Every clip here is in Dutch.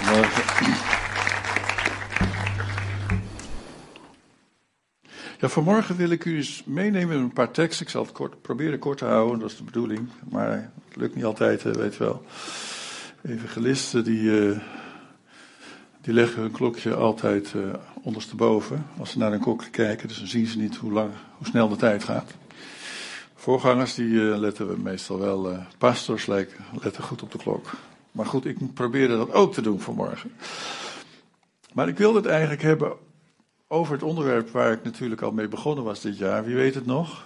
Morgen. Ja, vanmorgen wil ik u eens meenemen in een paar teksten. Ik zal het proberen kort te houden, dat is de bedoeling. Maar het lukt niet altijd, weet je wel. Evangelisten die leggen hun klokje altijd ondersteboven. Als ze naar een klokje kijken, dus dan zien ze niet hoe snel de tijd gaat. Voorgangers die letten we meestal wel. Pastors letten goed op de klok. Maar goed, ik probeer dat ook te doen vanmorgen. Maar ik wilde het eigenlijk hebben over het onderwerp waar ik natuurlijk al mee begonnen was dit jaar. Wie weet het nog?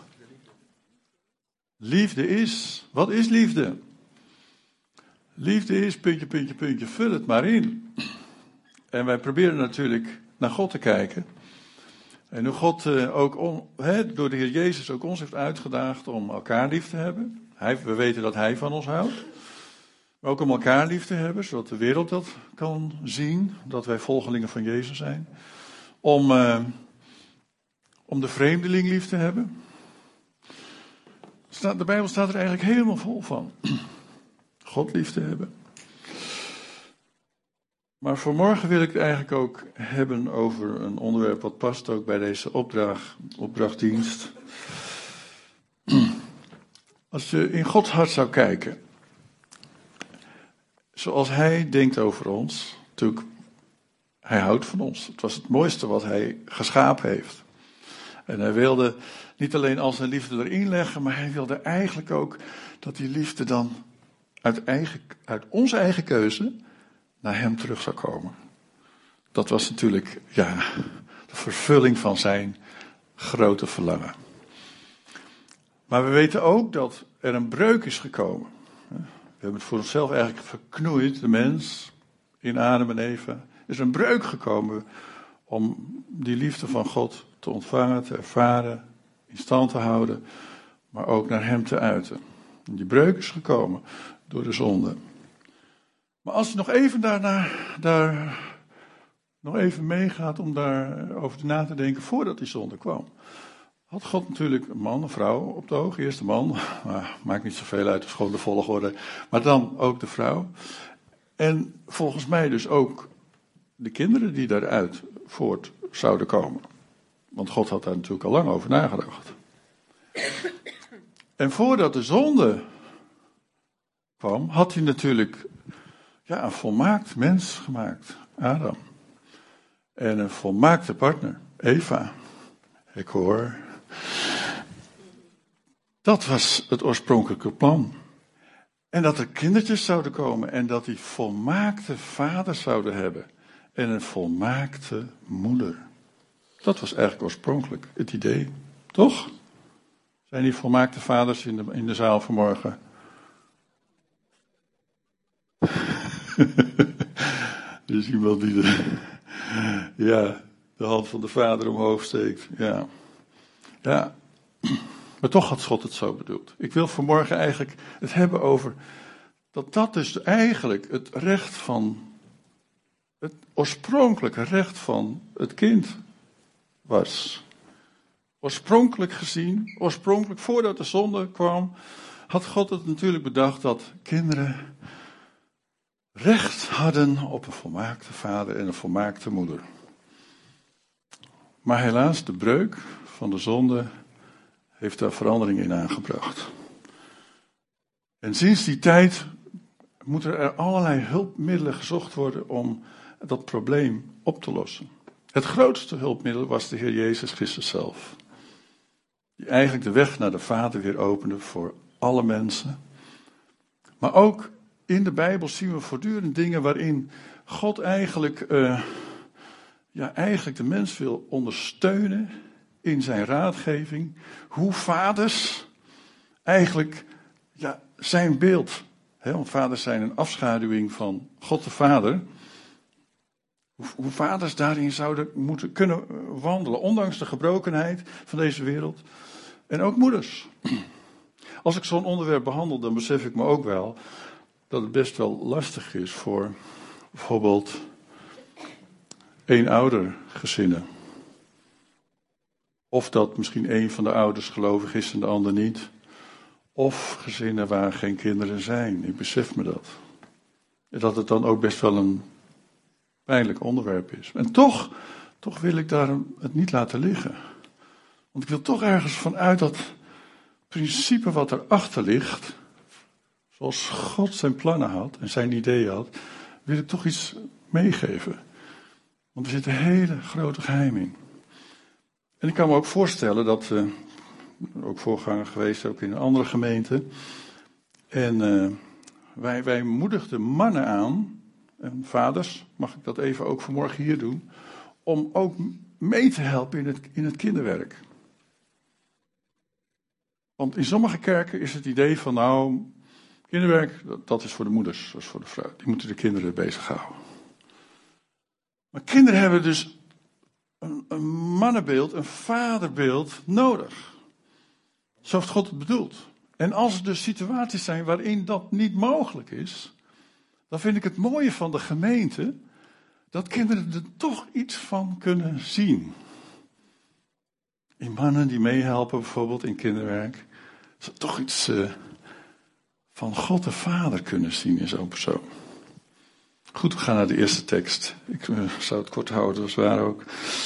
Liefde is. Wat is liefde? Liefde is, puntje, puntje, puntje, vul het maar in. En wij proberen natuurlijk naar God te kijken. En hoe God door de Heer Jezus ook ons heeft uitgedaagd om elkaar lief te hebben. We weten dat Hij van ons houdt. Maar ook om elkaar lief te hebben, zodat de wereld dat kan zien. Dat wij volgelingen van Jezus zijn. Om de vreemdeling lief te hebben. De Bijbel staat er eigenlijk helemaal vol van. God lief te hebben. Maar vanmorgen wil ik het eigenlijk ook hebben over een onderwerp wat past ook bij deze opdrachtdienst. Als je in Gods hart zou kijken, zoals Hij denkt over ons, natuurlijk, Hij houdt van ons. Het was het mooiste wat Hij geschapen heeft. En Hij wilde niet alleen al zijn liefde erin leggen, maar Hij wilde eigenlijk ook dat die liefde dan uit onze eigen keuze naar Hem terug zou komen. Dat was natuurlijk, de vervulling van zijn grote verlangen. Maar we weten ook dat er een breuk is gekomen. We hebben het voor onszelf eigenlijk verknoeid, de mens, in Adam en Eva. Er is een breuk gekomen om die liefde van God te ontvangen, te ervaren, in stand te houden, maar ook naar Hem te uiten. En die breuk is gekomen door de zonde. Maar als je nog even daar nog even meegaat om daarover na te denken voordat die zonde kwam, had God natuurlijk een man, een vrouw op de oog. Eerst de man, maakt niet zoveel uit, dat is gewoon de volgorde. Maar dan ook de vrouw. En volgens mij dus ook de kinderen die daaruit voort zouden komen. Want God had daar natuurlijk al lang over nagedacht. En voordat de zonde kwam, had hij natuurlijk een volmaakt mens gemaakt, Adam. En een volmaakte partner, Eva. Ik hoor. Dat was het oorspronkelijke plan. En dat er kindertjes zouden komen en dat die volmaakte vader zouden hebben. En een volmaakte moeder. Dat was eigenlijk oorspronkelijk het idee. Toch? Zijn die volmaakte vaders in de zaal vanmorgen? Er is iemand die de hand van de vader omhoog steekt. Ja. Maar toch had God het zo bedoeld. Ik wil vanmorgen eigenlijk het hebben over dat dus eigenlijk het recht van, het oorspronkelijke recht van het kind was. Oorspronkelijk gezien, voordat de zonde kwam, had God het natuurlijk bedacht dat kinderen recht hadden op een volmaakte vader en een volmaakte moeder. Maar helaas, de breuk van de zonde heeft daar verandering in aangebracht. En sinds die tijd moeten er allerlei hulpmiddelen gezocht worden om dat probleem op te lossen. Het grootste hulpmiddel was de Heer Jezus Christus zelf. Die eigenlijk de weg naar de Vader weer opende voor alle mensen. Maar ook in de Bijbel zien we voortdurend dingen waarin God eigenlijk de mens wil ondersteunen in zijn raadgeving. Hoe vaders eigenlijk zijn beeld, want vaders zijn een afschaduwing van God de Vader. Hoe vaders daarin zouden moeten kunnen wandelen, ondanks de gebrokenheid van deze wereld. En ook moeders. Als ik zo'n onderwerp behandel, dan besef ik me ook wel dat het best wel lastig is voor bijvoorbeeld eenoudergezinnen. Of dat misschien een van de ouders gelovig is en de ander niet. Of gezinnen waar geen kinderen zijn. Ik besef me dat. En dat het dan ook best wel een pijnlijk onderwerp is. En toch wil ik daar het niet laten liggen. Want ik wil toch ergens vanuit dat principe wat erachter ligt, zoals God zijn plannen had en zijn ideeën had, wil ik toch iets meegeven. Want er zit een hele grote geheim in. En ik kan me ook voorstellen dat ook voorganger geweest, ook in een andere gemeente. En wij moedigden mannen aan, en vaders, mag ik dat even ook vanmorgen hier doen, om ook mee te helpen in het kinderwerk. Want in sommige kerken is het idee van, nou, kinderwerk, dat is voor de moeders, dat is voor de vrouw. Die moeten de kinderen bezighouden. Maar kinderen hebben dus een mannenbeeld, een vaderbeeld nodig. Zo heeft God het bedoeld. En als er dus situaties zijn waarin dat niet mogelijk is, dan vind ik het mooie van de gemeente dat kinderen er toch iets van kunnen zien. In mannen die meehelpen bijvoorbeeld in kinderwerk, dat ze toch iets van God de Vader kunnen zien in zo'n persoon. Goed, we gaan naar de eerste tekst. Ik zou het kort houden, dat is waar ook.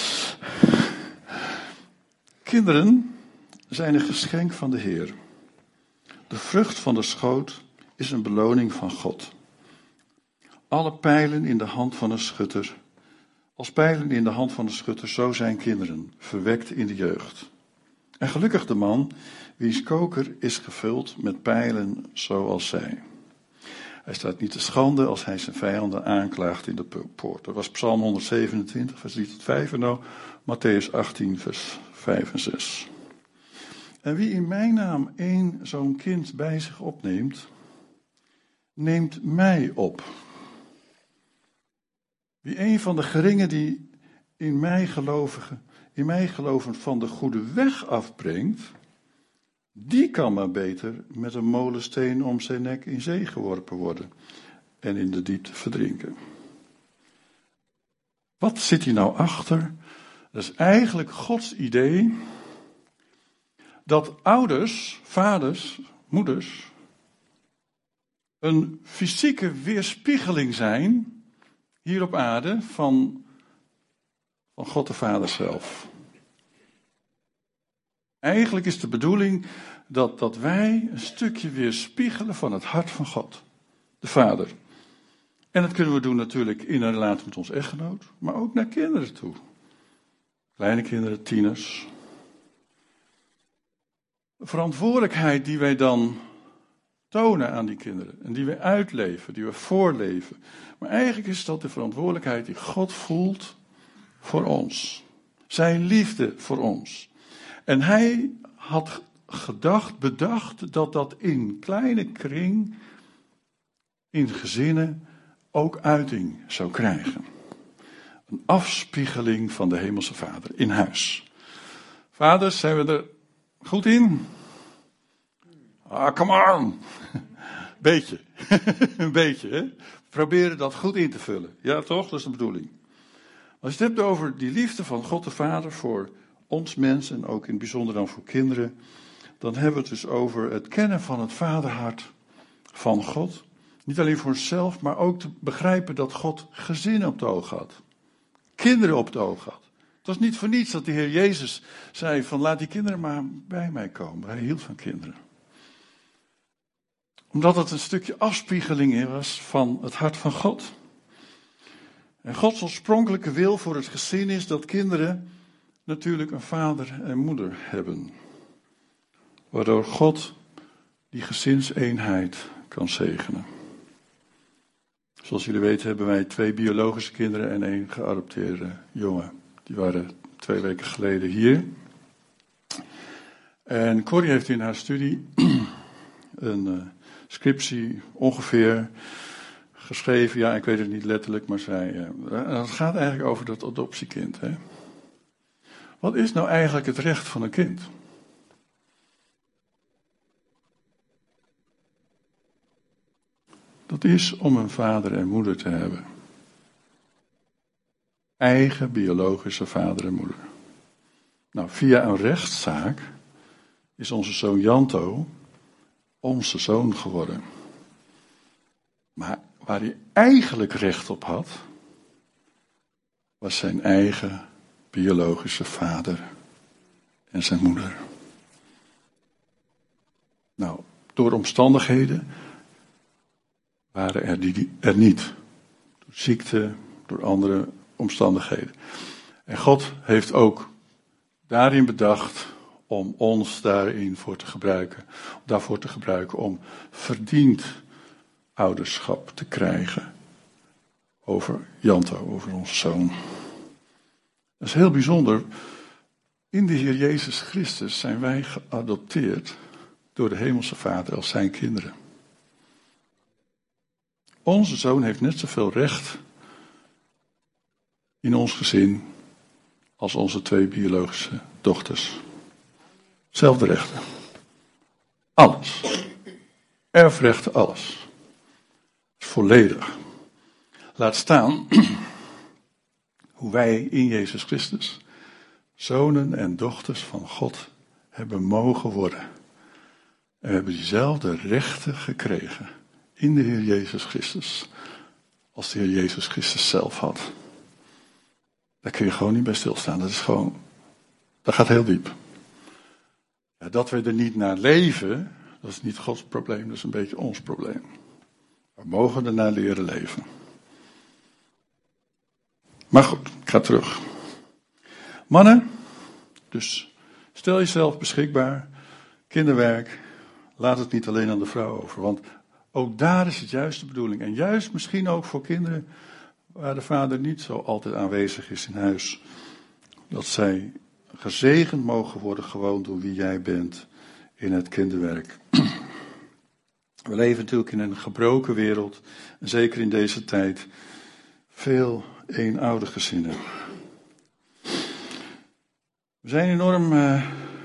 Kinderen zijn een geschenk van de Heer. De vrucht van de schoot is een beloning van God. Alle pijlen in de hand van een schutter. Als pijlen in de hand van een schutter, zo zijn kinderen, verwekt in de jeugd. En gelukkig de man, wiens koker is gevuld met pijlen zoals zij. Hij staat niet te schande als hij zijn vijanden aanklaagt in de poort. Dat was Psalm 127, vers 3 tot 5 en nou Matthäus 18, vers 5 en 6. En wie in mijn naam één zo'n kind bij zich opneemt, neemt mij op. Wie een van de geringen die in mij geloven van de goede weg afbrengt, die kan maar beter met een molensteen om zijn nek in zee geworpen worden en in de diepte verdrinken. Wat zit hier nou achter? Dat is eigenlijk Gods idee dat ouders, vaders, moeders een fysieke weerspiegeling zijn hier op aarde van God de Vader zelf. Eigenlijk is de bedoeling dat wij een stukje weerspiegelen van het hart van God, de Vader. En dat kunnen we doen natuurlijk in een relatie met ons echtgenoot, maar ook naar kinderen toe. Kleine kinderen, tieners. De verantwoordelijkheid die wij dan tonen aan die kinderen en die we uitleven, die we voorleven. Maar eigenlijk is dat de verantwoordelijkheid die God voelt voor ons. Zijn liefde voor ons. En hij had bedacht dat dat in kleine kring, in gezinnen, ook uiting zou krijgen. Een afspiegeling van de Hemelse Vader in huis. Vaders, zijn we er goed in? Come on! Beetje. Een beetje, hè? Proberen dat goed in te vullen. Ja, toch? Dat is de bedoeling. Als je het hebt over die liefde van God de Vader voor ons mensen, en ook in het bijzonder dan voor kinderen, dan hebben we het dus over het kennen van het vaderhart van God. Niet alleen voor onszelf, maar ook te begrijpen dat God gezinnen op het oog had. Kinderen op het oog had. Het was niet voor niets dat de Heer Jezus zei van laat die kinderen maar bij mij komen. Hij hield van kinderen. Omdat het een stukje afspiegeling was van het hart van God. En Gods oorspronkelijke wil voor het gezin is dat kinderen natuurlijk een vader en moeder hebben. Waardoor God die gezinseenheid kan zegenen. Zoals jullie weten hebben wij 2 biologische kinderen en 1 geadopteerde jongen. Die waren 2 weken geleden hier. En Corrie heeft in haar studie een scriptie ongeveer geschreven. Ja, ik weet het niet letterlijk, maar het gaat eigenlijk over dat adoptiekind. Hè? Wat is nou eigenlijk het recht van een kind? Dat is om een vader en moeder te hebben. Eigen biologische vader en moeder. Nou, via een rechtszaak is onze zoon Janto onze zoon geworden. Maar waar hij eigenlijk recht op had, was zijn eigen biologische vader en zijn moeder. Nou, door omstandigheden waren die er niet. Door ziekte, door andere omstandigheden. En God heeft ook daarin bedacht om ons daarvoor te gebruiken om verdiend ouderschap te krijgen over Janto, over onze zoon. Dat is heel bijzonder. In de Heer Jezus Christus zijn wij geadopteerd door de Hemelse Vader als zijn kinderen. Onze zoon heeft net zoveel recht in ons gezin als onze 2 biologische dochters. Zelfde rechten. Alles. Erfrechten, alles. Volledig. Laat staan hoe wij in Jezus Christus zonen en dochters van God hebben mogen worden. En we hebben diezelfde rechten gekregen in de Heer Jezus Christus als de Heer Jezus Christus zelf had. Daar kun je gewoon niet bij stilstaan. Dat gaat heel diep. Ja, dat we er niet naar leven, dat is niet Gods probleem, dat is een beetje ons probleem. We mogen er naar leren leven. Maar goed, ik ga terug. Mannen, dus stel jezelf beschikbaar. Kinderwerk, laat het niet alleen aan de vrouw over. Want ook daar is het juist de bedoeling. En juist misschien ook voor kinderen waar de vader niet zo altijd aanwezig is in huis. Dat zij gezegend mogen worden gewoon door wie jij bent in het kinderwerk. We leven natuurlijk in een gebroken wereld. En zeker in deze tijd veel eenoudergezinnen. We zijn enorm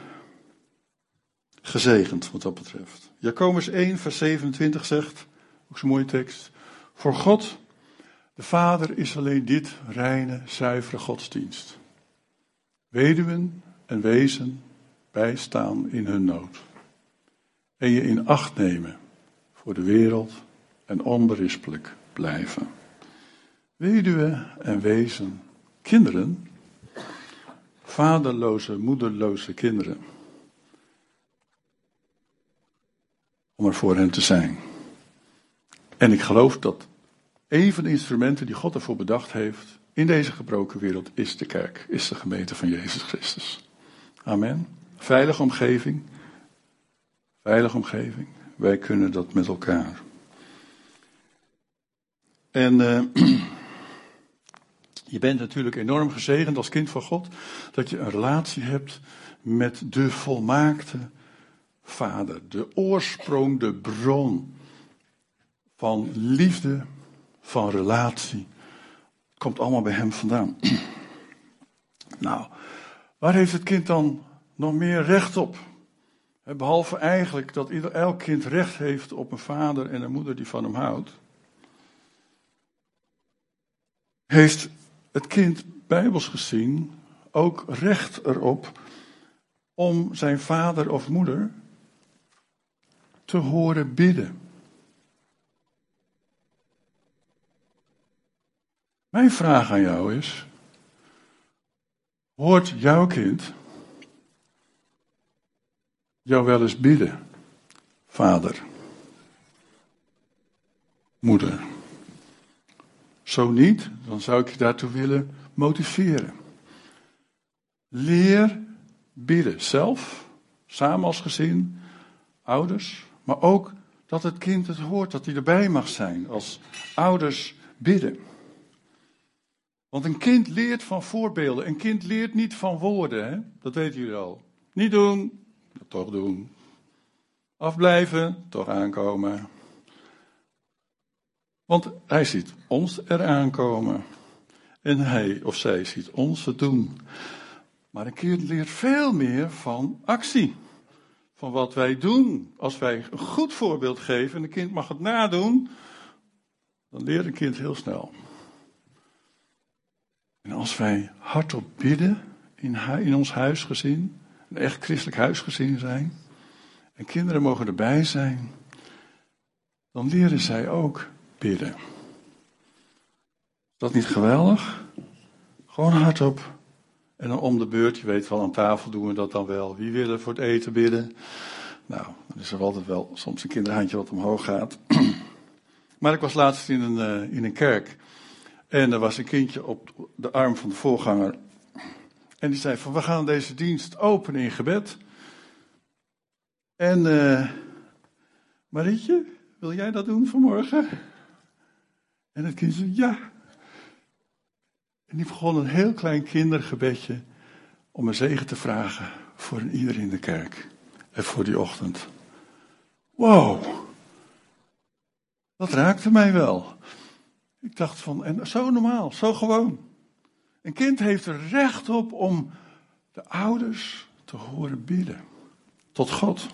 gezegend wat dat betreft. Jacobus 1 vers 27 zegt, ook zo'n mooie tekst. Voor God, de Vader, is alleen dit reine, zuivere godsdienst. Weduwen en wezen bijstaan in hun nood. En je in acht nemen voor de wereld en onberispelijk blijven. Weduwen en wezen, kinderen, vaderloze, moederloze kinderen. Om er voor hen te zijn. En ik geloof dat een van de instrumenten die God ervoor bedacht heeft in deze gebroken wereld is de kerk, is de gemeente van Jezus Christus. Amen. Veilige omgeving. Veilige omgeving. Wij kunnen dat met elkaar. En je bent natuurlijk enorm gezegend als kind van God dat je een relatie hebt met de volmaakte Vader. De oorsprong, de bron van liefde, van relatie. Het komt allemaal bij hem vandaan. Nou, waar heeft het kind dan nog meer recht op? Behalve eigenlijk dat elk kind recht heeft op een vader en een moeder die van hem houdt. Heeft het kind, bijbels gezien, ook recht erop om zijn vader of moeder te horen bidden. Mijn vraag aan jou is, hoort jouw kind jou wel eens bidden, vader, moeder? Zo niet, dan zou ik je daartoe willen motiveren. Leer bidden, zelf, samen als gezin, ouders, maar ook dat het kind het hoort, dat hij erbij mag zijn als ouders bidden. Want een kind leert van voorbeelden, een kind leert niet van woorden, hè? Dat weten jullie al. Niet doen, toch doen. Afblijven, toch aankomen. Want hij ziet ons eraan komen. En hij of zij ziet ons het doen. Maar een kind leert veel meer van actie. Van wat wij doen. Als wij een goed voorbeeld geven en een kind mag het nadoen, dan leert een kind heel snel. En als wij hardop bidden in ons huisgezin, een echt christelijk huisgezin zijn, en kinderen mogen erbij zijn, dan leren zij ook bidden. Is dat niet geweldig? Gewoon hardop. En dan om de beurt, je weet wel, aan tafel doen we dat dan wel. Wie wil er voor het eten bidden? Nou, dan is er altijd wel soms een kinderhandje wat omhoog gaat. Maar ik was laatst in een kerk. En er was een kindje op de arm van de voorganger. En die zei van, we gaan deze dienst openen in gebed. En Marietje, wil jij dat doen vanmorgen? En het kind zei, ja. En die begon een heel klein kindergebedje om een zegen te vragen voor ieder in de kerk. En voor die ochtend. Wow. Dat raakte mij wel. Ik dacht van, en zo normaal, zo gewoon. Een kind heeft er recht op om de ouders te horen bidden. Tot God.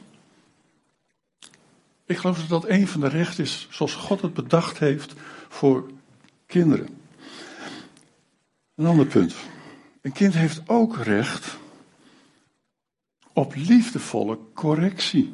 Ik geloof dat dat een van de rechten is, zoals God het bedacht heeft voor kinderen. Een ander punt. Een kind heeft ook recht op liefdevolle correctie.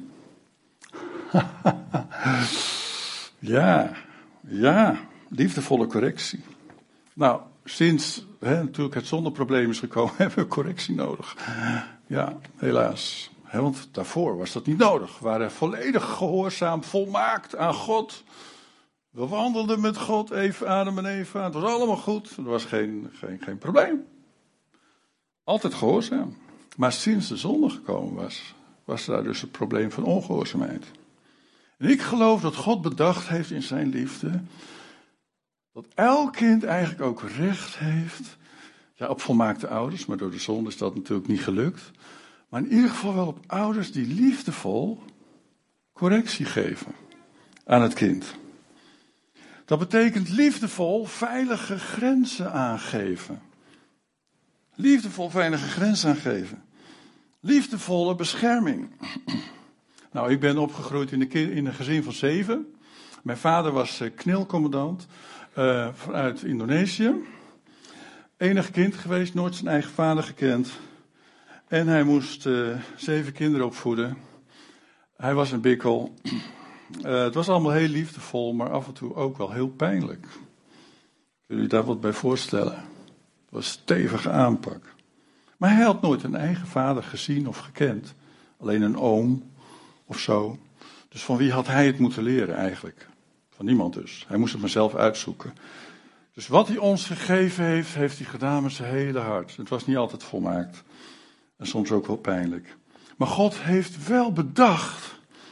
Ja, liefdevolle correctie. Nou, sinds natuurlijk het zondeprobleem is gekomen, hebben we correctie nodig. Ja, helaas. Want daarvoor was dat niet nodig. We waren volledig gehoorzaam, volmaakt aan God. We wandelden met God, Adam en Eva. Het was allemaal goed. Er was geen probleem. Altijd gehoorzaam. Maar sinds de zonde gekomen was daar dus het probleem van ongehoorzaamheid. En ik geloof dat God bedacht heeft in zijn liefde dat elk kind eigenlijk ook recht heeft, ja, op volmaakte ouders, maar door de zonde is dat natuurlijk niet gelukt. Maar in ieder geval wel op ouders die liefdevol correctie geven aan het kind. Dat betekent liefdevol veilige grenzen aangeven. Liefdevol veilige grenzen aangeven. Liefdevolle bescherming. Nou, ik ben opgegroeid in een gezin van 7. Mijn vader was knilcommandant vanuit Indonesië. Enig kind geweest, nooit zijn eigen vader gekend. En hij moest 7 kinderen opvoeden. Hij was een bikkel. Het was allemaal heel liefdevol, maar af en toe ook wel heel pijnlijk. Kun je je daar wat bij voorstellen? Het was een stevige aanpak. Maar hij had nooit een eigen vader gezien of gekend. Alleen een oom of zo. Dus van wie had hij het moeten leren eigenlijk? Van niemand dus. Hij moest het maar zelf uitzoeken. Dus wat hij ons gegeven heeft, heeft hij gedaan met zijn hele hart. Het was niet altijd volmaakt. En soms ook wel pijnlijk. Maar God heeft wel bedacht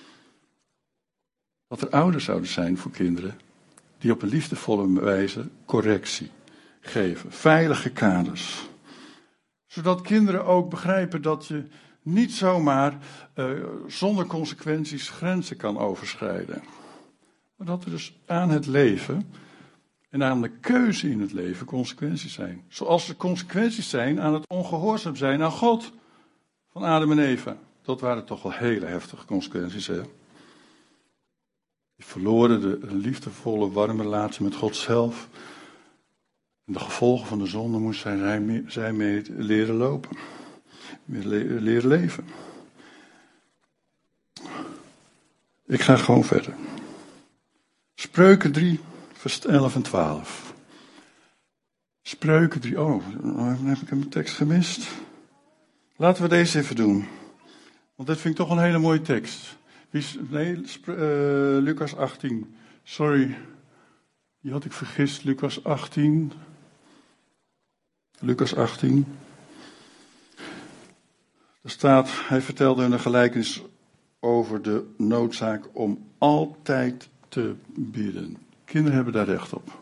dat er ouders zouden zijn voor kinderen die op een liefdevolle wijze correctie geven. Veilige kaders. Zodat kinderen ook begrijpen dat je niet zomaar zonder consequenties grenzen kan overschrijden. Maar dat er dus aan het leven en aan de keuze in het leven consequenties zijn. Zoals er consequenties zijn aan het ongehoorzaam zijn aan God van Adam en Eva. Dat waren toch wel hele heftige consequenties, hè? Die verloren de liefdevolle, warme relatie met God zelf. En de gevolgen van de zonde moest zij mee leren lopen. Leren leven. Ik ga gewoon verder. Spreuken 3, vers 11 en 12. Spreuken 3, dan heb ik een tekst gemist. Laten we deze even doen. Want dit vind ik toch een hele mooie tekst. Lucas 18. Sorry, die had ik vergist. Lucas 18. Lucas 18. Er staat, hij vertelde hun een gelijkenis over de noodzaak om altijd te bidden. Kinderen hebben daar recht op.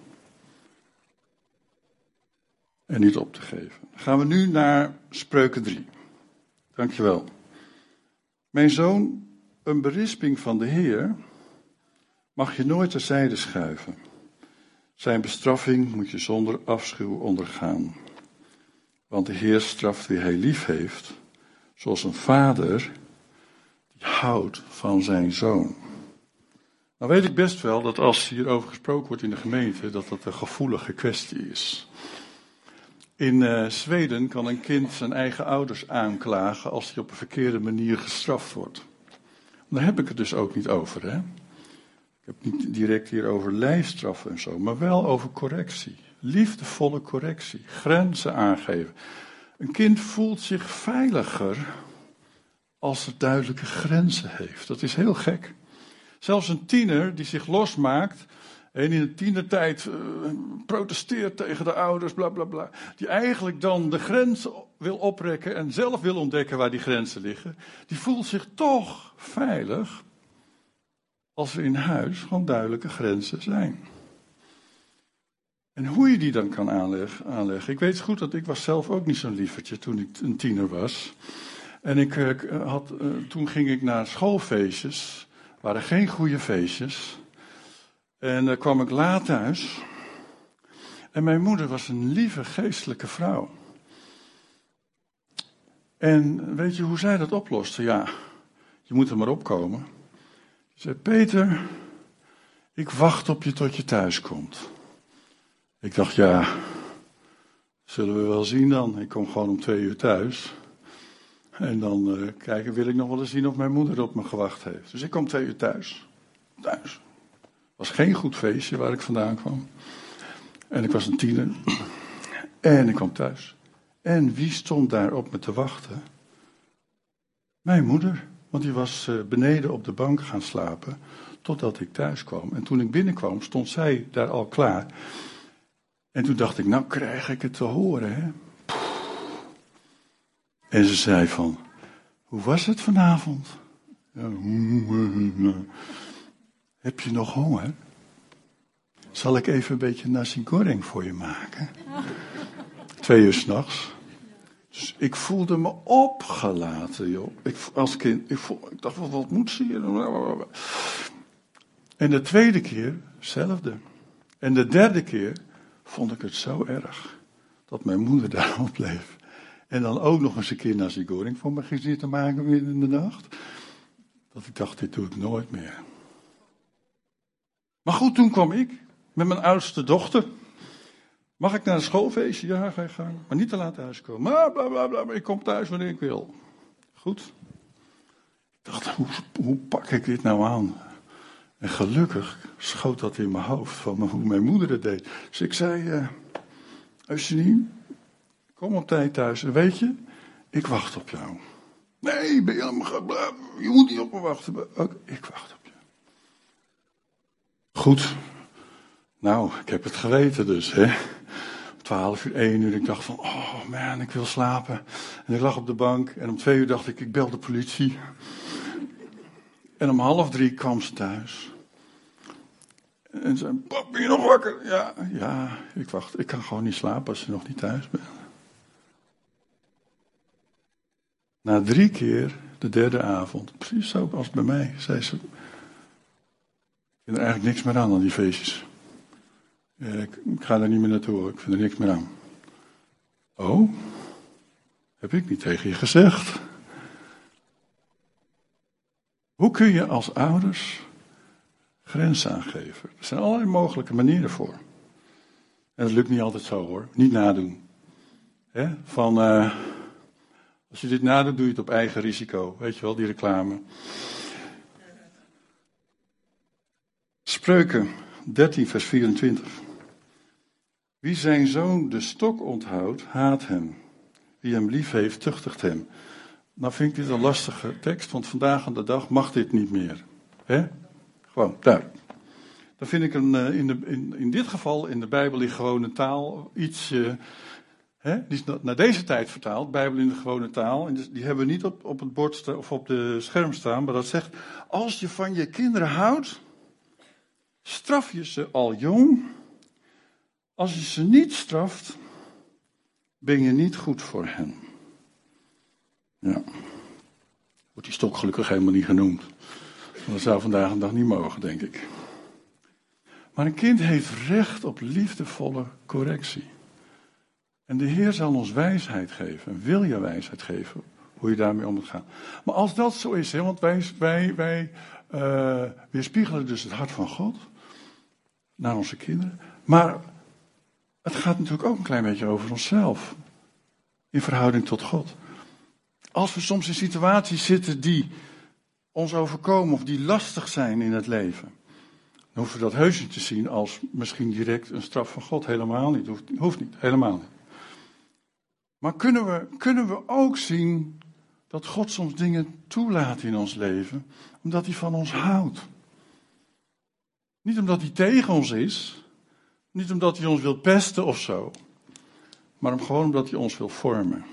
En niet op te geven. Dan gaan we nu naar Spreuken 3. Dankjewel. Mijn zoon, een berisping van de Heer mag je nooit terzijde schuiven. Zijn bestraffing moet je zonder afschuw ondergaan. Want de Heer straft wie hij lief heeft, zoals een vader die houdt van zijn zoon. Nou weet ik best wel dat als hierover gesproken wordt in de gemeente, dat dat een gevoelige kwestie is. In Zweden kan een kind zijn eigen ouders aanklagen als hij op een verkeerde manier gestraft wordt. Daar heb ik het dus ook niet over, hè. Ik heb niet direct hier over lijfstraffen en zo, maar wel over correctie. Liefdevolle correctie, grenzen aangeven. Een kind voelt zich veiliger als het duidelijke grenzen heeft. Dat is heel gek. Zelfs een tiener die zich losmaakt en in de tienertijd protesteert tegen de ouders, bla bla bla. Die eigenlijk dan de grenzen wil oprekken en zelf wil ontdekken waar die grenzen liggen. Die voelt zich toch veilig als er in huis gewoon duidelijke grenzen zijn. En hoe je die dan kan aanleggen. Ik weet goed dat ik was zelf ook niet zo'n lievertje toen ik een tiener was. En toen ging ik naar schoolfeestjes. Waren geen goede feestjes. En dan kwam ik laat thuis. En mijn moeder was een lieve geestelijke vrouw. En weet je hoe zij dat oploste? Ja, je moet er maar opkomen. Ze zei, Peter, ik wacht op je tot je thuis komt. Ik dacht, ja, zullen we wel zien dan. Ik kom gewoon om 2 uur thuis. En dan wil ik nog wel eens zien of mijn moeder op me gewacht heeft. Dus ik kom 2 uur thuis. Het was geen goed feestje waar ik vandaan kwam. En ik was een tiener. En ik kwam thuis. En wie stond daar op me te wachten? Mijn moeder. Want die was beneden op de bank gaan slapen totdat ik thuis kwam. En toen ik binnenkwam stond zij daar al klaar. En toen dacht ik, nou krijg ik het te horen, hè. En ze zei van, hoe was het vanavond? Ja, heb je nog honger? Zal ik even een beetje nasi goreng voor je maken? 2 uur 's nachts. Dus ik voelde me opgelaten, joh. Als kind, ik dacht, wat moet ze hier? En de tweede keer, hetzelfde. En de derde keer vond ik het zo erg dat mijn moeder daarop bleef. En dan ook nog eens een keer nasi goreng voor me ging zitten maken midden in de nacht. Dat ik dacht, dit doe ik nooit meer. Maar goed, toen kwam ik met mijn oudste dochter. Mag ik naar een schoolfeestje? Ja, ga je gang. Maar niet te laat thuiskomen. Maar bla bla bla, ik kom thuis wanneer ik wil. Goed. Ik dacht, hoe pak ik dit nou aan? En gelukkig schoot dat in mijn hoofd van hoe mijn moeder het deed. Dus ik zei, Eugenie, kom op tijd thuis. En weet je, ik wacht op jou. Nee, ben je moet niet op me wachten. Ik wacht op je. Goed. Nou, ik heb het geweten dus, hè. 12 uur, 1 uur. Ik dacht van, oh man, ik wil slapen. En ik lag op de bank. En om 2 uur dacht ik bel de politie. En om 2:30 kwam ze thuis. En zei, pap, ben je nog wakker? Ja, ik wacht. Ik kan gewoon niet slapen als je nog niet thuis bent. Na 3 keer, de derde avond, precies zo als bij mij, zei ze, ik vind er eigenlijk niks meer aan die feestjes. Ik ga er niet meer naartoe, ik vind er niks meer aan. Oh, heb ik niet tegen je gezegd. Hoe kun je als ouders grenzen aangeven? Er zijn allerlei mogelijke manieren voor. En dat lukt niet altijd zo hoor, niet nadoen. Als je dit nadoet, doe je het op eigen risico. Weet je wel, die reclame. Spreuken 13 vers 24. Wie zijn zoon de stok onthoudt, haat hem. Wie hem lief heeft, tuchtigt hem. Nou vind ik dit een lastige tekst, want vandaag aan de dag mag dit niet meer. Gewoon, daar. Dan vind ik in dit geval in de Bijbel in gewone taal ietsje. Die is naar deze tijd vertaald, Bijbel in de gewone taal. En die hebben we niet op het bord of op de scherm staan, maar dat zegt: als je van je kinderen houdt, straf je ze al jong. Als je ze niet straft, ben je niet goed voor hen. Ja. Wordt die stok gelukkig helemaal niet genoemd. Want dat zou vandaag een dag niet mogen, denk ik. Maar een kind heeft recht op liefdevolle correctie. En de Heer zal ons wijsheid geven, wil je wijsheid geven, hoe je daarmee om moet gaan. Maar als dat zo is, want wij weerspiegelen dus het hart van God naar onze kinderen. Maar het gaat natuurlijk ook een klein beetje over onszelf, in verhouding tot God. Als we soms in situaties zitten die ons overkomen of die lastig zijn in het leven. Dan hoeven we dat heus niet te zien als misschien direct een straf van God. Helemaal niet. Hoeft niet. Helemaal niet. Maar kunnen we ook zien dat God soms dingen toelaat in ons leven, omdat hij van ons houdt. Niet omdat hij tegen ons is, niet omdat hij ons wil pesten of zo, maar gewoon omdat hij ons wil vormen.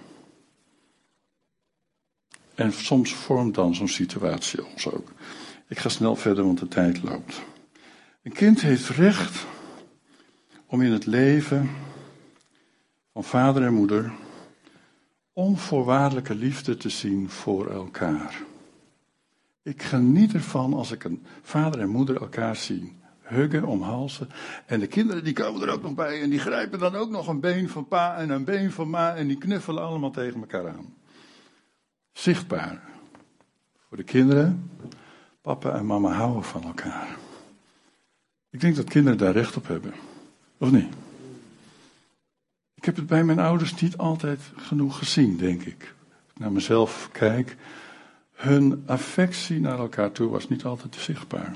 En soms vormt dan zo'n situatie ons ook. Ik ga snel verder, want de tijd loopt. Een kind heeft recht om in het leven van vader en moeder onvoorwaardelijke liefde te zien voor elkaar. Ik geniet ervan als ik een vader en moeder elkaar zie. Huggen, omhalzen. En de kinderen die komen er ook nog bij. En die grijpen dan ook nog een been van pa en een been van ma. En die knuffelen allemaal tegen elkaar aan. Zichtbaar. Voor de kinderen. Papa en mama houden van elkaar. Ik denk dat kinderen daar recht op hebben. Of niet? Ik heb het bij mijn ouders niet altijd genoeg gezien, denk ik. Als ik naar mezelf kijk. Hun affectie naar elkaar toe was niet altijd zichtbaar.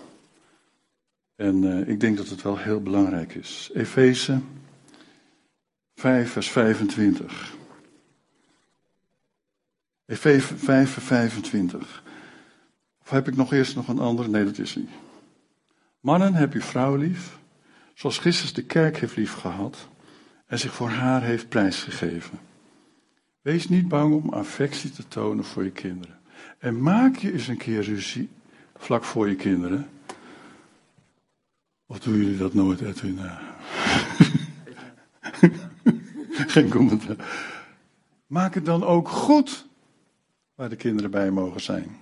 En ik denk dat het wel heel belangrijk is. Efeze 5 vers 25. Efeze 5 vers 25. Of heb ik nog eerst nog een andere? Nee, dat is niet. Mannen, heb uw vrouw lief, zoals Christus de kerk heeft lief gehad en zich voor haar heeft prijsgegeven. Wees niet bang om affectie te tonen voor je kinderen. En maak je eens een keer ruzie vlak voor je kinderen. Of doen jullie dat nooit, Edwin? Geen commentaar. Maak het dan ook goed waar de kinderen bij mogen zijn.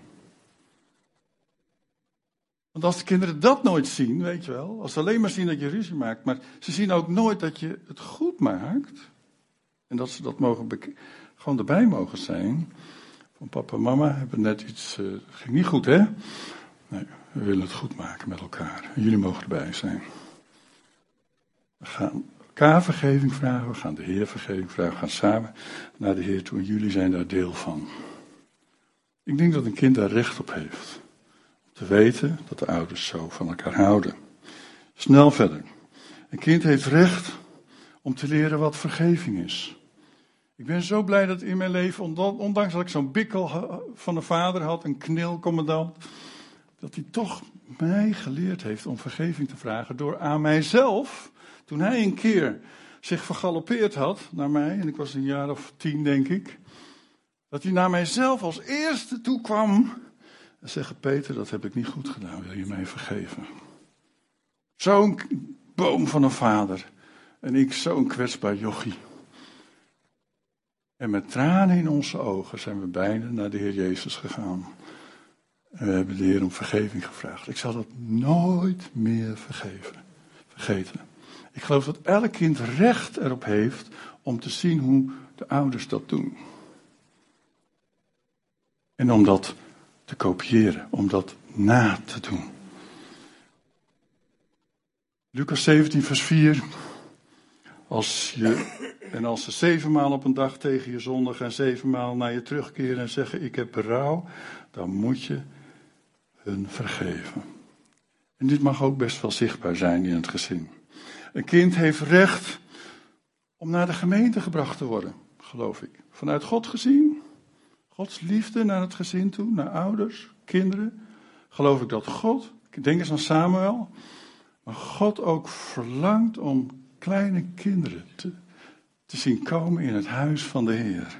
Want als de kinderen dat nooit zien, weet je wel. Als ze alleen maar zien dat je ruzie maakt. Maar ze zien ook nooit dat je het goed maakt. En dat ze dat gewoon erbij mogen zijn. Van papa en mama hebben net iets, ging niet goed, hè? Nee, we willen het goed maken met elkaar. En jullie mogen erbij zijn. We gaan elkaar vergeving vragen, we gaan de Heer vergeving vragen. We gaan samen naar de Heer toe en jullie zijn daar deel van. Ik denk dat een kind daar recht op heeft. Om te weten dat de ouders zo van elkaar houden. Snel verder. Een kind heeft recht om te leren wat vergeving is. Ik ben zo blij dat in mijn leven, ondanks dat ik zo'n bikkel van een vader had, een knilcommandant, dat hij toch mij geleerd heeft om vergeving te vragen door aan mijzelf, toen hij een keer zich vergalopeerd had naar mij, en ik was een jaar of 10 denk ik, dat hij naar mijzelf als eerste toe kwam en zeggen: Peter, dat heb ik niet goed gedaan, wil je mij vergeven? Zo'n boom van een vader en ik zo'n kwetsbaar jochie. En met tranen in onze ogen zijn we bijna naar de Heer Jezus gegaan. En we hebben de Heer om vergeving gevraagd. Ik zal dat nooit meer vergeten. Ik geloof dat elk kind recht erop heeft om te zien hoe de ouders dat doen. En om dat te kopiëren, om dat na te doen. Lucas 17 vers 4. Als ze 7 maal op een dag tegen je zondigen en 7 maal naar je terugkeren en zeggen: ik heb berouw, dan moet je hun vergeven. En dit mag ook best wel zichtbaar zijn in het gezin. Een kind heeft recht om naar de gemeente gebracht te worden, geloof ik. Vanuit God gezien, Gods liefde naar het gezin toe, naar ouders, kinderen. Geloof ik dat God, ik denk eens aan Samuel, maar God ook verlangt om kleine kinderen te zien komen in het huis van de Heer.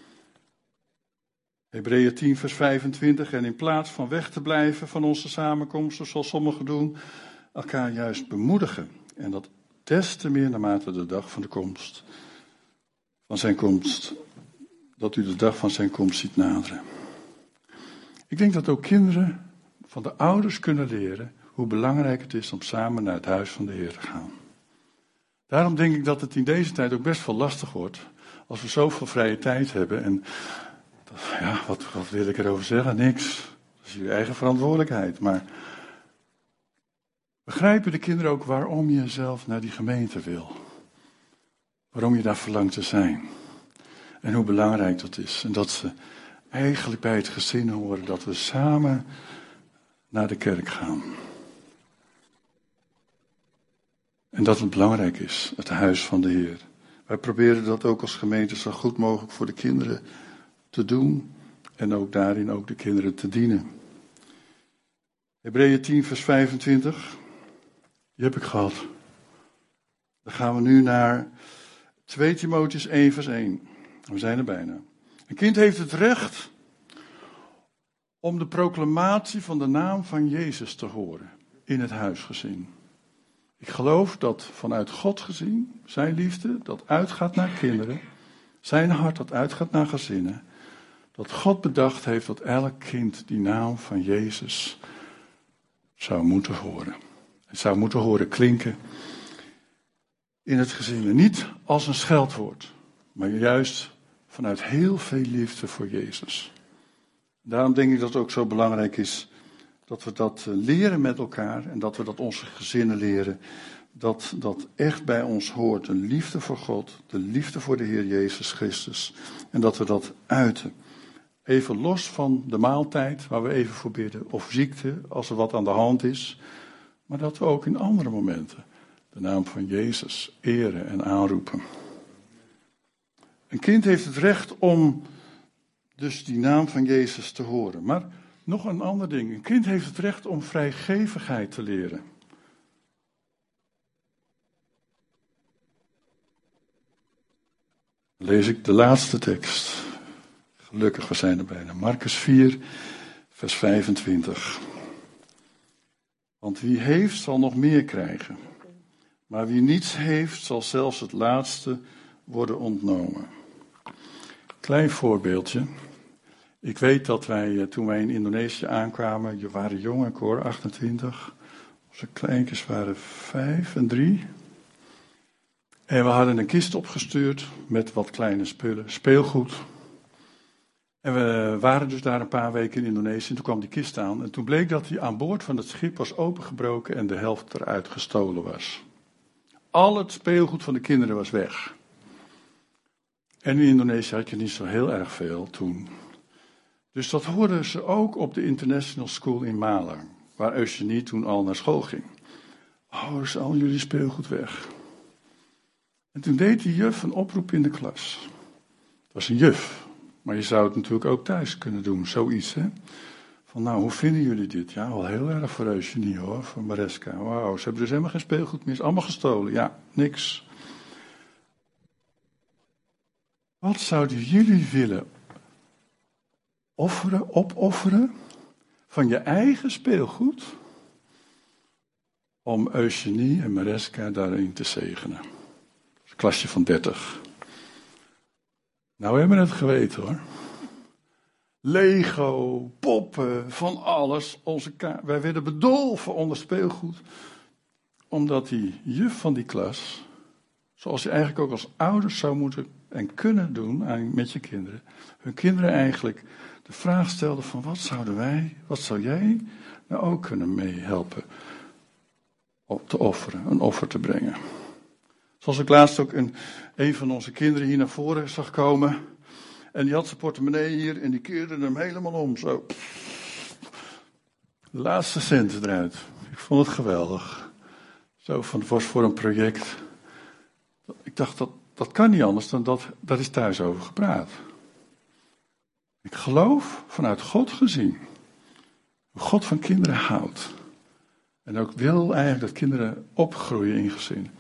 Hebreeën 10 vers 25. En in plaats van weg te blijven van onze samenkomsten, zoals sommigen doen, elkaar juist bemoedigen. En dat des te meer naarmate de dag van zijn komst, dat u de dag van zijn komst ziet naderen. Ik denk dat ook kinderen van de ouders kunnen leren hoe belangrijk het is om samen naar het huis van de Heer te gaan. Daarom denk ik dat het in deze tijd ook best wel lastig wordt, als we zoveel vrije tijd hebben. En ja, wat wil ik erover zeggen? Niks. Dat is je eigen verantwoordelijkheid. Maar begrijpen de kinderen ook waarom je zelf naar die gemeente wil? Waarom je daar verlangt te zijn? En hoe belangrijk dat is. En dat ze eigenlijk bij het gezin horen dat we samen naar de kerk gaan. En dat het belangrijk is, het huis van de Heer. Wij proberen dat ook als gemeente zo goed mogelijk voor de kinderen te doen. En ook daarin ook de kinderen te dienen. Hebreeën 10 vers 25. Die heb ik gehad. Dan gaan we nu naar 2 Timotheüs 1 vers 1. We zijn er bijna. Een kind heeft het recht om de proclamatie van de naam van Jezus te horen in het huisgezin. Ik geloof dat vanuit God gezien, zijn liefde, dat uitgaat naar kinderen, zijn hart dat uitgaat naar gezinnen, dat God bedacht heeft dat elk kind die naam van Jezus zou moeten horen. Het zou moeten horen klinken in het gezin. En niet als een scheldwoord, maar juist vanuit heel veel liefde voor Jezus. Daarom denk ik dat het ook zo belangrijk is dat we dat leren met elkaar en dat we dat onze gezinnen leren. Dat dat echt bij ons hoort, de liefde voor God, de liefde voor de Heer Jezus Christus. En dat we dat uiten. Even los van de maaltijd, waar we even voor bidden, of ziekte, als er wat aan de hand is. Maar dat we ook in andere momenten de naam van Jezus eren en aanroepen. Een kind heeft het recht om dus die naam van Jezus te horen. Maar nog een ander ding. Een kind heeft het recht om vrijgevigheid te leren. Dan lees ik de laatste tekst. Gelukkig, we zijn er bijna. Marcus 4, vers 25. Want wie heeft, zal nog meer krijgen. Maar wie niets heeft, zal zelfs het laatste worden ontnomen. Klein voorbeeldje. Ik weet dat wij, toen wij in Indonesië aankwamen, je waren jong, ik hoor, 28. Onze kleintjes waren 5 en 3. En we hadden een kist opgestuurd met wat kleine spullen, speelgoed. En we waren dus daar een paar weken in Indonesië en toen kwam die kist aan. En toen bleek dat die aan boord van het schip was opengebroken en de helft eruit gestolen was. Al het speelgoed van de kinderen was weg. En in Indonesië had je niet zo heel erg veel toen. Dus dat hoorden ze ook op de International School in Malang, waar Eugenie toen al naar school ging. Oh, is al jullie speelgoed weg? En toen deed die juf een oproep in de klas. Het was een juf, maar je zou het natuurlijk ook thuis kunnen doen, zoiets, hè. Van nou, hoe vinden jullie dit? Ja, wel heel erg voor Eugenie hoor, voor Mariska. Wauw, ze hebben dus helemaal geen speelgoed meer, is allemaal gestolen. Ja, niks. Wat zouden jullie willen opofferen van je eigen speelgoed om Eugenie en Mariska daarin te zegenen? Een klasje van 30. Nou, we hebben het geweten hoor. Lego, poppen, van alles. Wij werden bedolven onder speelgoed. Omdat die juf van die klas, zoals je eigenlijk ook als ouders zou moeten en kunnen doen met je kinderen, hun kinderen eigenlijk de vraag stelde van wat zou jij nou ook kunnen meehelpen op te offeren, een offer te brengen. Zoals ik laatst ook een van onze kinderen hier naar voren zag komen. En die had zijn portemonnee hier en die keerde hem helemaal om. Zo. De laatste centen eruit. Ik vond het geweldig. Zo van, het was voor een project. Ik dacht, dat kan niet anders dan dat is thuis over gepraat. Ik geloof vanuit God gezien. Hoe God van kinderen houdt. En ook wil eigenlijk dat kinderen opgroeien in gezin.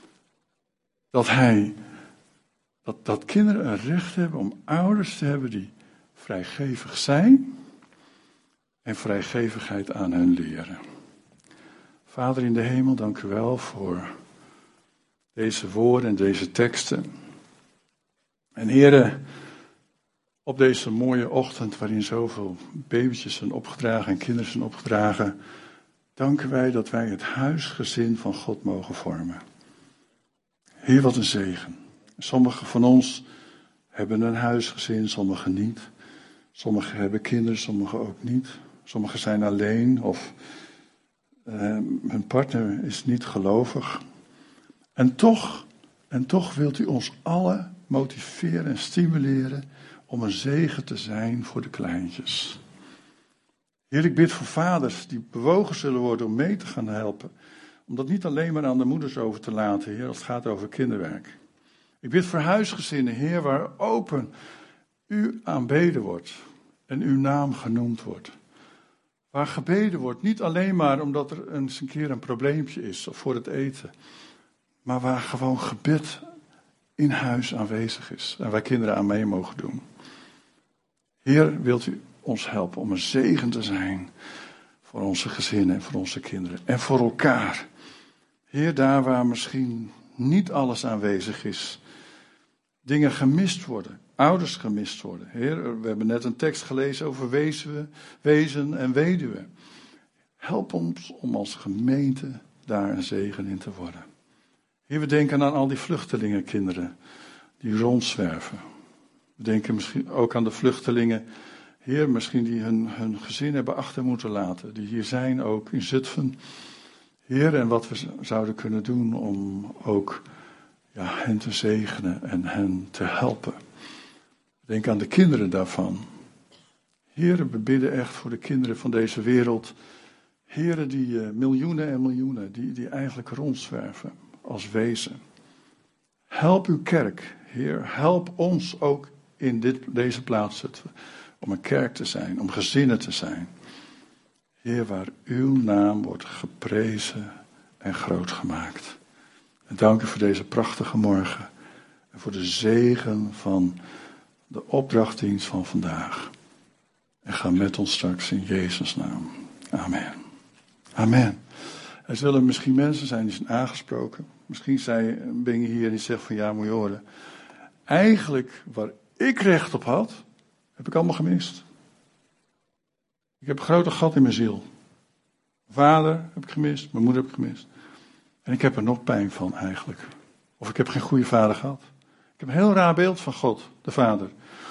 Dat kinderen een recht hebben om ouders te hebben die vrijgevig zijn en vrijgevigheid aan hen leren. Vader in de hemel, dank u wel voor deze woorden en deze teksten. En heren, op deze mooie ochtend waarin zoveel babytjes zijn opgedragen en kinderen zijn opgedragen, danken wij dat wij het huisgezin van God mogen vormen. Heer, wat een zegen. Sommigen van ons hebben een huisgezin, sommigen niet. Sommigen hebben kinderen, sommigen ook niet. Sommigen zijn alleen of hun partner is niet gelovig. En toch wilt u ons allen motiveren en stimuleren om een zegen te zijn voor de kleintjes. Heer, ik bid voor vaders die bewogen zullen worden om mee te gaan helpen. om dat niet alleen maar aan de moeders over te laten, Heer, als het gaat over kinderwerk. Ik bid voor huisgezinnen, Heer, waar open u aanbeden wordt en uw naam genoemd wordt. Waar gebeden wordt, niet alleen maar omdat er eens een keer een probleempje is of voor het eten, maar waar gewoon gebed in huis aanwezig is en waar kinderen aan mee mogen doen. Heer, wilt u ons helpen om een zegen te zijn voor onze gezinnen en voor onze kinderen en voor elkaar. Heer, daar waar misschien niet alles aanwezig is, dingen gemist worden, ouders gemist worden. Heer, we hebben net een tekst gelezen over wezen en weduwe. Help ons om als gemeente daar een zegen in te worden. Heer, we denken aan al die vluchtelingenkinderen die rondzwerven. We denken misschien ook aan de vluchtelingen, Heer, misschien die hun gezin hebben achter moeten laten. Die hier zijn, ook in Zutphen. Heer, en wat we zouden kunnen doen om ook hen te zegenen en hen te helpen. Denk aan de kinderen daarvan. Heer, we bidden echt voor de kinderen van deze wereld. Heren, die miljoenen en miljoenen, die eigenlijk rondzwerven als wezen. Help uw kerk, Heer. Help ons ook in deze plaats om een kerk te zijn, om gezinnen te zijn. Heer, waar uw naam wordt geprezen en groot gemaakt. En dank u voor deze prachtige morgen. En voor de zegen van de opdrachtdienst van vandaag. En ga met ons straks in Jezus' naam. Amen. Amen. Er zullen misschien mensen zijn die zijn aangesproken. Misschien ben je hier en die zegt van ja, moet je horen. Eigenlijk waar ik recht op had, heb ik allemaal gemist. Ik heb een grote gat in mijn ziel. Mijn vader heb ik gemist, mijn moeder heb ik gemist. En ik heb er nog pijn van eigenlijk. Of ik heb geen goede vader gehad. Ik heb een heel raar beeld van God, de Vader.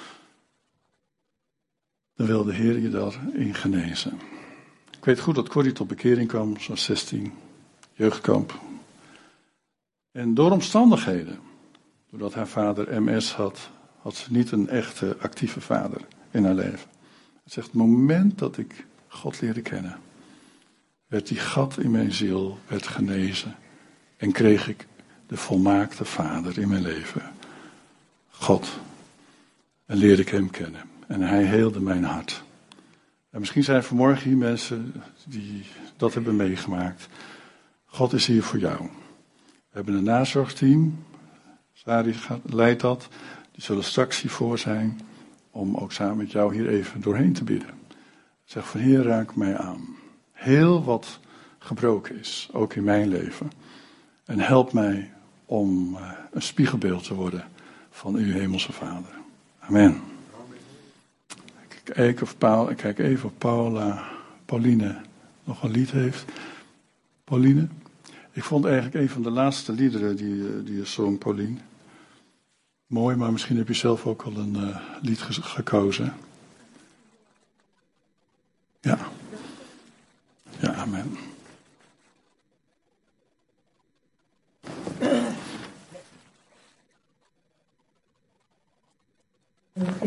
Dan wil de Heer je daarin genezen. Ik weet goed dat Corrie tot bekering kwam, zo'n 16, jeugdkamp. En door omstandigheden, doordat haar vader MS had, had ze niet een echte actieve vader in haar leven. Het zegt, het moment dat ik God leerde kennen, werd die gat in mijn ziel werd genezen. En kreeg ik de volmaakte vader in mijn leven. God. En leerde ik hem kennen. En hij heelde mijn hart. En misschien zijn er vanmorgen hier mensen die dat hebben meegemaakt. God is hier voor jou. We hebben een nazorgteam. Sari leidt dat. Die zullen straks hiervoor zijn. Om ook samen met jou hier even doorheen te bidden. Zeg van Heer, raak mij aan. Heel wat gebroken is. Ook in mijn leven. En help mij om een spiegelbeeld te worden van uw hemelse Vader. Amen. Ik kijk even of Pauline nog een lied heeft. Pauline. Ik vond eigenlijk een van de laatste liederen die je zong, Pauline. Mooi, maar misschien heb je zelf ook al een lied gekozen. Ja. Ja, amen.